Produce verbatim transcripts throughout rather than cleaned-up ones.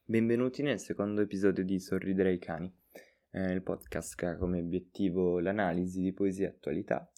Benvenuti nel secondo episodio di Sorridere ai cani, eh, il podcast che ha come obiettivo l'analisi di poesia e attualità.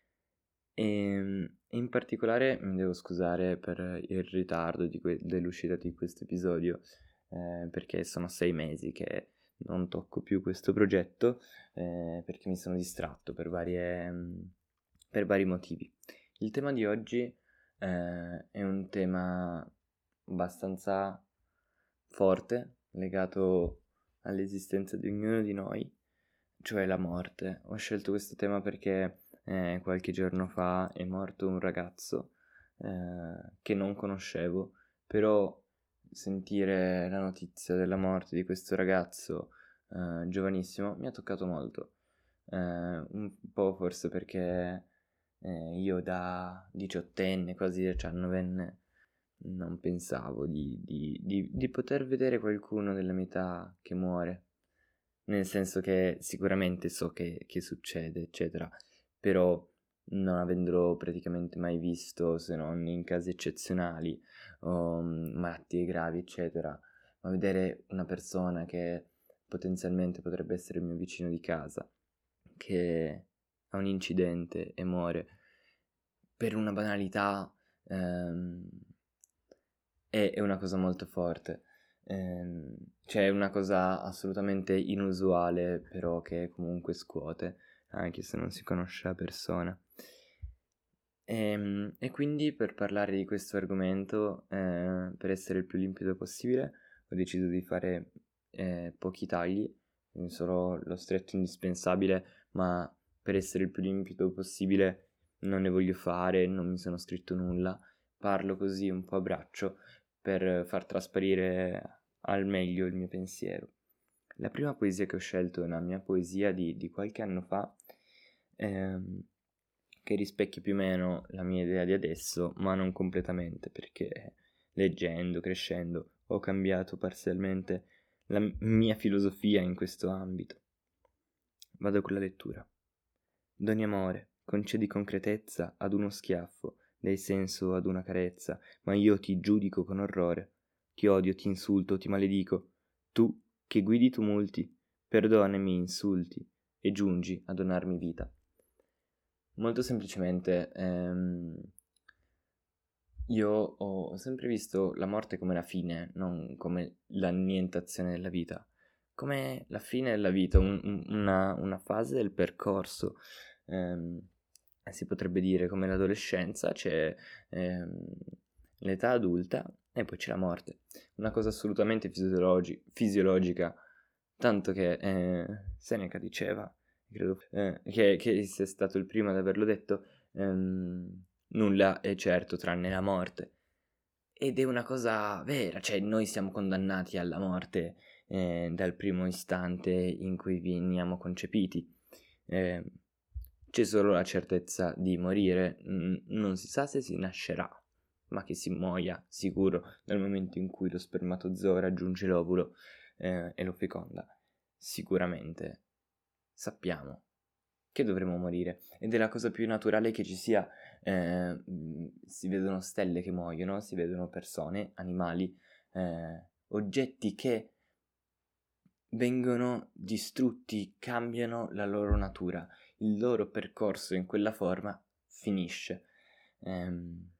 E in particolare mi devo scusare per il ritardo di que- dell'uscita di questo episodio, eh, perché sono sei mesi che non tocco più questo progetto, eh, perché mi sono distratto per, varie, per vari motivi. Il tema di oggi eh, è un tema abbastanza forte, legato all'esistenza di ognuno di noi, cioè la morte. Ho scelto questo tema perché eh, qualche giorno fa è morto un ragazzo eh, che non conoscevo, però sentire la notizia della morte di questo ragazzo eh, giovanissimo mi ha toccato molto. Eh, un po' forse perché eh, io da diciottenne, quasi diciannovenne, non pensavo di, di, di, di poter vedere qualcuno della mia età che muore. Nel senso che sicuramente so che, che succede, eccetera, però non avendolo praticamente mai visto se non in casi eccezionali o mm, malattie gravi, eccetera, ma vedere una persona che potenzialmente potrebbe essere il mio vicino di casa, che ha un incidente e muore per una banalità, ehm, è, è una cosa molto forte. Ehm, cioè è una cosa assolutamente inusuale, però che comunque scuote, anche se non si conosce la persona. E, e quindi per parlare di questo argomento, eh, per essere il più limpido possibile, ho deciso di fare eh, pochi tagli, solo lo stretto indispensabile, ma per essere il più limpido possibile non ne voglio fare, non mi sono scritto nulla, parlo così un po' a braccio per far trasparire al meglio il mio pensiero. La prima poesia che ho scelto è una mia poesia di, di qualche anno fa, ehm, che rispecchia più o meno la mia idea di adesso, ma non completamente, perché leggendo, crescendo, ho cambiato parzialmente la m- mia filosofia in questo ambito. Vado con la lettura. Doni amore, concedi concretezza ad uno schiaffo, dai senso ad una carezza, ma io ti giudico con orrore. Ti odio, ti insulto, ti maledico. Tu, che guidi tumulti, perdonami insulti e giungi a donarmi vita. Molto semplicemente, ehm, io ho sempre visto la morte come la fine, non come l'annientazione della vita, come la fine della vita, un- un- una, una fase del percorso. Ehm, si potrebbe dire come l'adolescenza, c'è ehm, l'età adulta e poi c'è la morte. Una cosa assolutamente fisiologi- fisiologica, tanto che eh, Seneca diceva, credo, eh, che, che sia stato il primo ad averlo detto, ehm, nulla è certo tranne la morte. Ed è una cosa vera, cioè noi siamo condannati alla morte eh, dal primo istante in cui veniamo concepiti. Eh, c'è solo la certezza di morire, mm, non si sa se si nascerà, ma che si muoia sicuro dal momento in cui lo spermatozoo raggiunge l'ovulo eh, e lo feconda. Sicuramente sappiamo che dovremo morire ed è la cosa più naturale che ci sia. Eh, mh, si vedono stelle che muoiono, si vedono persone, animali, eh, oggetti che vengono distrutti, cambiano la loro natura, il loro percorso in quella forma finisce. Ehm,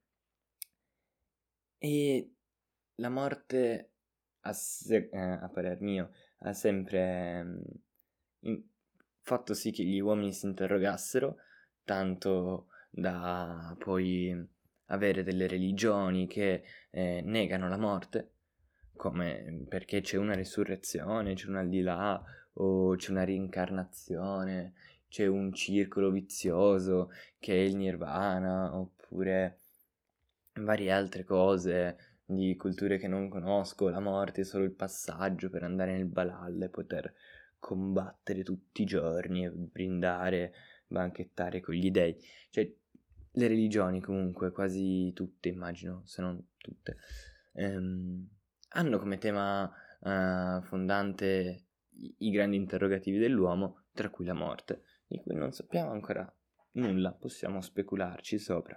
e la morte, a, se- eh, a parer mio, ha sempre ehm, in- fatto sì che gli uomini si interrogassero, tanto da poi avere delle religioni che eh, negano la morte, come perché c'è una risurrezione, c'è un al di là, o c'è una reincarnazione, c'è un circolo vizioso che è il nirvana, oppure varie altre cose di culture che non conosco, la morte è solo il passaggio per andare nel Valhalla e poter combattere tutti i giorni e brindare, banchettare con gli dei. Cioè, le religioni comunque, quasi tutte immagino, se non tutte, ehm, hanno come tema eh, fondante i, i grandi interrogativi dell'uomo, tra cui la morte, di cui non sappiamo ancora nulla, possiamo specularci sopra,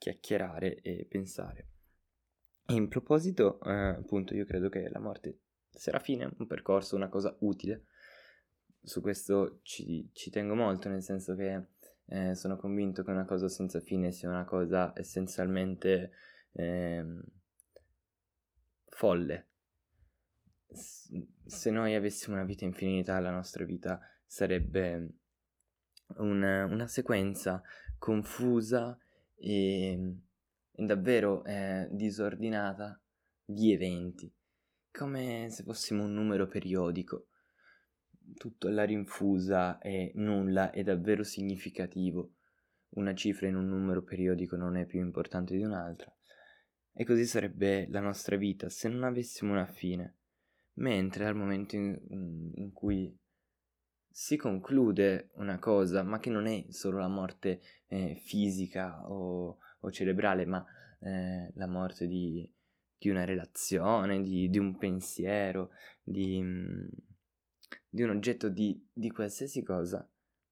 chiacchierare e pensare. E in proposito, eh, appunto, io credo che la morte sarà fine, un percorso, una cosa utile. Su questo ci, ci tengo molto, nel senso che eh, sono convinto che una cosa senza fine sia una cosa essenzialmente ehm, folle. S- se noi avessimo una vita infinita, la nostra vita sarebbe un- una sequenza confusa e, e davvero eh, disordinata di eventi, come se fossimo un numero periodico, tutto alla rinfusa e nulla è davvero significativo. Una cifra in un numero periodico non è più importante di un'altra. E così sarebbe la nostra vita se non avessimo una fine. Mentre al momento in, in cui si conclude una cosa, ma che non è solo la morte eh, fisica o, o cerebrale, ma eh, la morte di, di una relazione, di, di un pensiero, di, mm, di un oggetto, di, di qualsiasi cosa,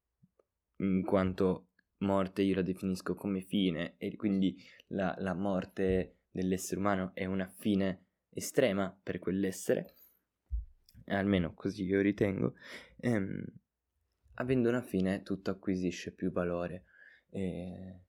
in quanto morte io la definisco come fine e quindi la, la morte dell'essere umano è una fine estrema per quell'essere, almeno così io ritengo. ehm, Avendo una fine tutto acquisisce più valore e,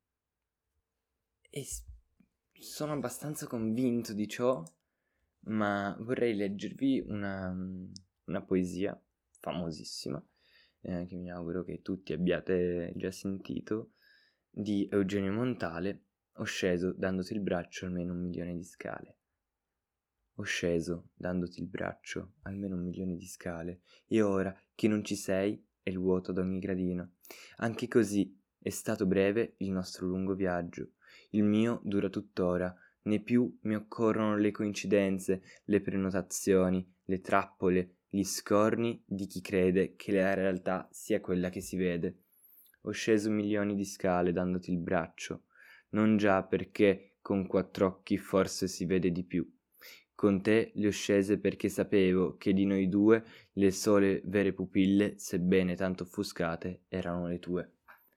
e s- sono abbastanza convinto di ciò, ma vorrei leggervi una, una poesia famosissima eh, che mi auguro che tutti abbiate già sentito, di Eugenio Montale. Ho sceso dandoti il braccio almeno un milione di scale. Ho sceso dandoti il braccio almeno un milione di scale, e ora che non ci sei è il vuoto ad ogni gradino. Anche così è stato breve il nostro lungo viaggio. Il mio dura tuttora, né più mi occorrono le coincidenze, le prenotazioni, le trappole, gli scorni di chi crede che la realtà sia quella che si vede. Ho sceso milioni di scale dandoti il braccio, non già perché con quattro occhi forse si vede di più. Con te le ho scese perché sapevo che di noi due le sole vere pupille, sebbene tanto offuscate, erano le tue.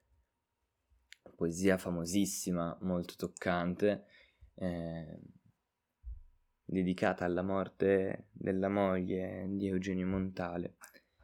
Poesia famosissima, molto toccante, eh, dedicata alla morte della moglie di Eugenio Montale.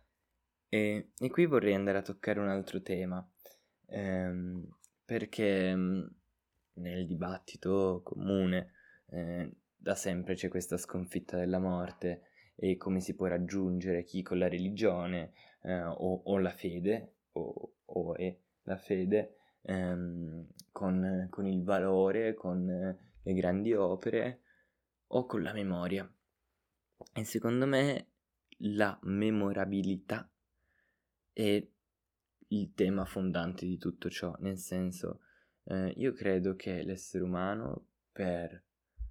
E, e qui vorrei andare a toccare un altro tema, ehm, perché mh, nel dibattito comune eh, da sempre c'è questa sconfitta della morte e come si può raggiungere chi con la religione eh, o, o la fede, o, o è la fede, ehm, con, con il valore, con eh, le grandi opere o con la memoria. E secondo me la memorabilità è il tema fondante di tutto ciò, nel senso, eh, io credo che l'essere umano, per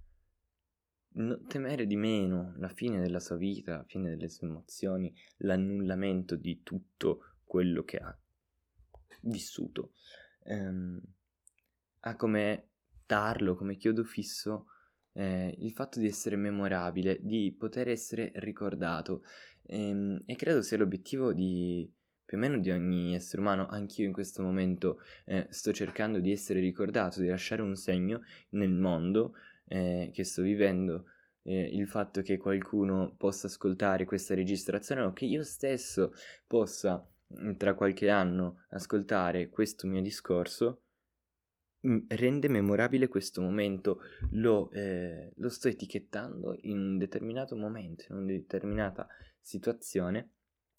no- temere di meno la fine della sua vita, la fine delle sue emozioni, l'annullamento di tutto quello che ha vissuto, ehm, ha come tarlo, come chiodo fisso, eh, il fatto di essere memorabile, di poter essere ricordato. Ehm, e credo sia l'obiettivo di più o meno di ogni essere umano. Anch'io in questo momento eh, sto cercando di essere ricordato, di lasciare un segno nel mondo eh, che sto vivendo. Eh, il fatto che qualcuno possa ascoltare questa registrazione o che io stesso possa mm, tra qualche anno ascoltare questo mio discorso mm, rende memorabile questo momento, lo, eh, lo sto etichettando in un determinato momento, in una determinata situazione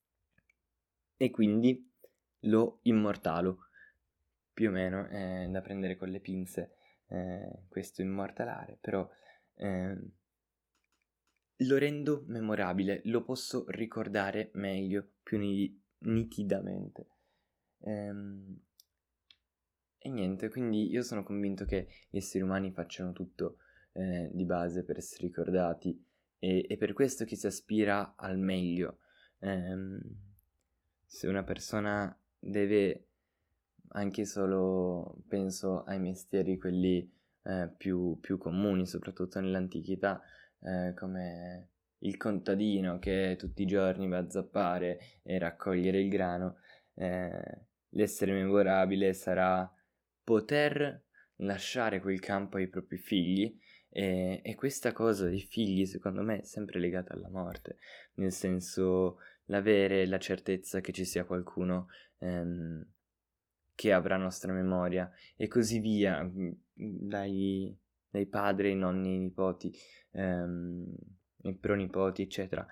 e quindi lo immortalo, più o meno, è da prendere con le pinze eh, questo immortalare, però eh, lo rendo memorabile, lo posso ricordare meglio, più ni- nitidamente. Ehm, E niente, quindi io sono convinto che gli esseri umani facciano tutto eh, di base per essere ricordati e, e per questo che si aspira al meglio. Ehm, se una persona deve anche solo, penso ai mestieri quelli eh, più, più comuni, soprattutto nell'antichità, eh, come il contadino che tutti i giorni va a zappare e raccogliere il grano, eh, l'essere memorabile sarà poter lasciare quel campo ai propri figli E, e questa cosa dei figli, secondo me, è sempre legata alla morte, nel senso l'avere la certezza che ci sia qualcuno ehm, che avrà nostra memoria e così via, mm, dai, dai padri ai nonni ai nipoti, ehm, ai pronipoti, eccetera.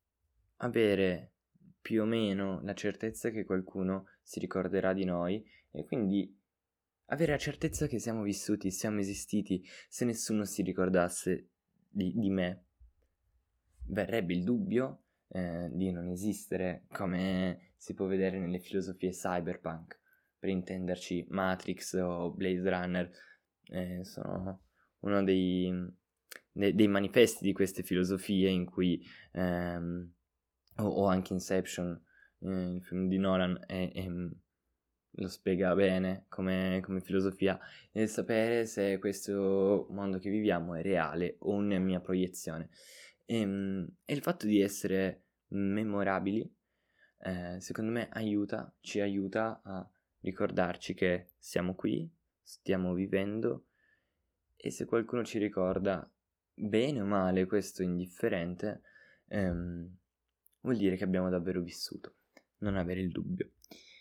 Avere più o meno la certezza che qualcuno si ricorderà di noi e quindi avere la certezza che siamo vissuti, siamo esistiti. Se nessuno si ricordasse di, di me, verrebbe il dubbio eh, di non esistere, come si può vedere nelle filosofie cyberpunk. Per intenderci, Matrix o Blade Runner eh, sono uno dei, de- dei manifesti di queste filosofie in cui, ehm, o, o anche Inception, eh, il film di Nolan, è, è- lo spiega bene come, come filosofia, nel sapere se questo mondo che viviamo è reale o una mia proiezione. E, e il fatto di essere memorabili, eh, secondo me aiuta, ci aiuta a ricordarci che siamo qui, stiamo vivendo e se qualcuno ci ricorda, bene o male, questo è indifferente, ehm, vuol dire che abbiamo davvero vissuto, non avere il dubbio.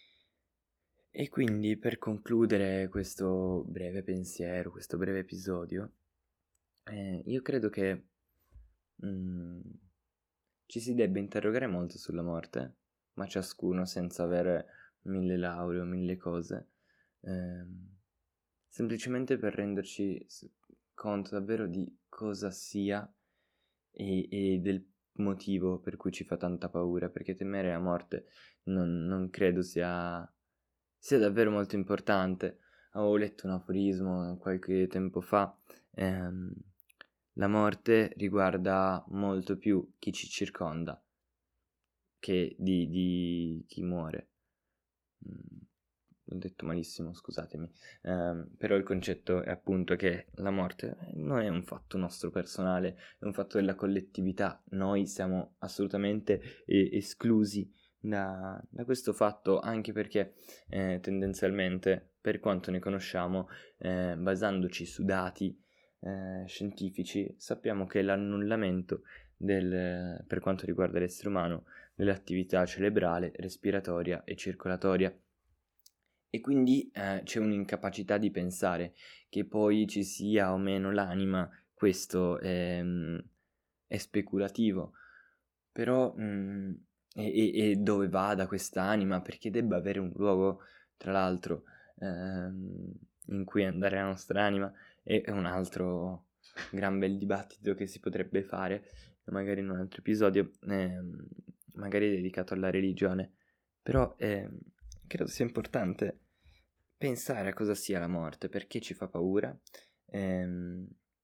E quindi per concludere questo breve pensiero, questo breve episodio, eh, io credo che mm, ci si debba interrogare molto sulla morte, ma ciascuno senza avere mille lauree o mille cose, ehm, semplicemente per renderci s- conto davvero di cosa sia e, e del motivo per cui ci fa tanta paura, perché temere la morte non, non credo sia, sia davvero molto importante. Avevo letto un aforismo qualche tempo fa, ehm, la morte riguarda molto più chi ci circonda che di, di chi muore. Mm, L'ho detto malissimo, scusatemi. Ehm, però il concetto è appunto che la morte non è un fatto nostro personale, è un fatto della collettività. Noi siamo assolutamente eh, esclusi da, da questo fatto, anche perché eh, tendenzialmente, per quanto ne conosciamo, eh, basandoci su dati eh, scientifici, sappiamo che l'annullamento del, per quanto riguarda l'essere umano dell'attività cerebrale, respiratoria e circolatoria. E quindi eh, c'è un'incapacità di pensare che poi ci sia o meno l'anima, questo è, è speculativo, però mh, e, e- e dove vada quest'anima, perché debba avere un luogo, tra l'altro, ehm, in cui andare la nostra anima, è un altro gran bel dibattito che si potrebbe fare, magari in un altro episodio, ehm, magari dedicato alla religione, però ehm, credo sia importante pensare a cosa sia la morte, perché ci fa paura ehm,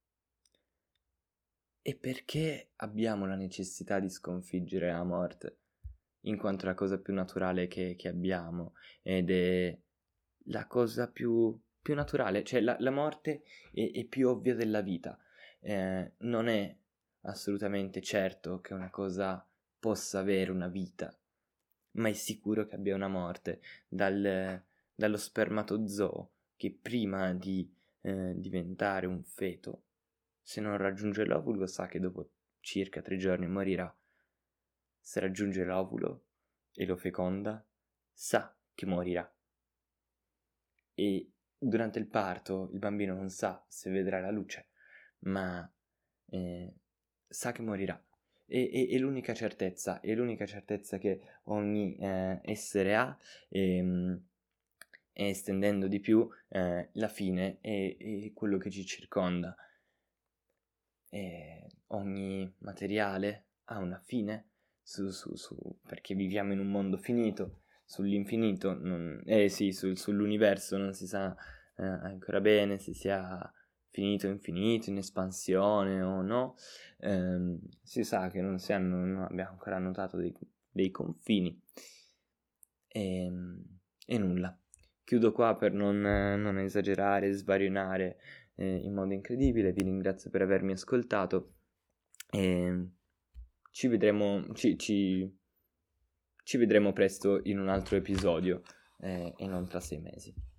e perché abbiamo la necessità di sconfiggere la morte, in quanto è la cosa più naturale che, che abbiamo ed è la cosa più, più naturale, cioè la, la morte è, è più ovvia della vita. Eh, non è assolutamente certo che una cosa possa avere una vita, ma è sicuro che abbia una morte, dal, dallo spermatozoo che prima di eh, diventare un feto, se non raggiunge l'ovulo sa che dopo circa tre giorni morirà. Se raggiunge l'ovulo e lo feconda, sa che morirà. E durante il parto il bambino non sa se vedrà la luce, ma eh, sa che morirà. E, e, e l'unica certezza, è l'unica certezza che ogni eh, essere ha, e, e estendendo di più eh, la fine è, è quello che ci circonda. E ogni materiale ha una fine, su, su, su, perché viviamo in un mondo finito, sull'infinito, non, eh sì, sul, sull'universo non si sa eh, ancora bene se sia finito infinito, in espansione o no, ehm, si sa che non, si hanno, non abbiamo ancora notato dei, dei confini e, e nulla. Chiudo qua per non, non esagerare, svarionare eh, in modo incredibile. Vi ringrazio per avermi ascoltato e ci vedremo, ci, ci, ci vedremo presto in un altro episodio eh, e non tra sei mesi.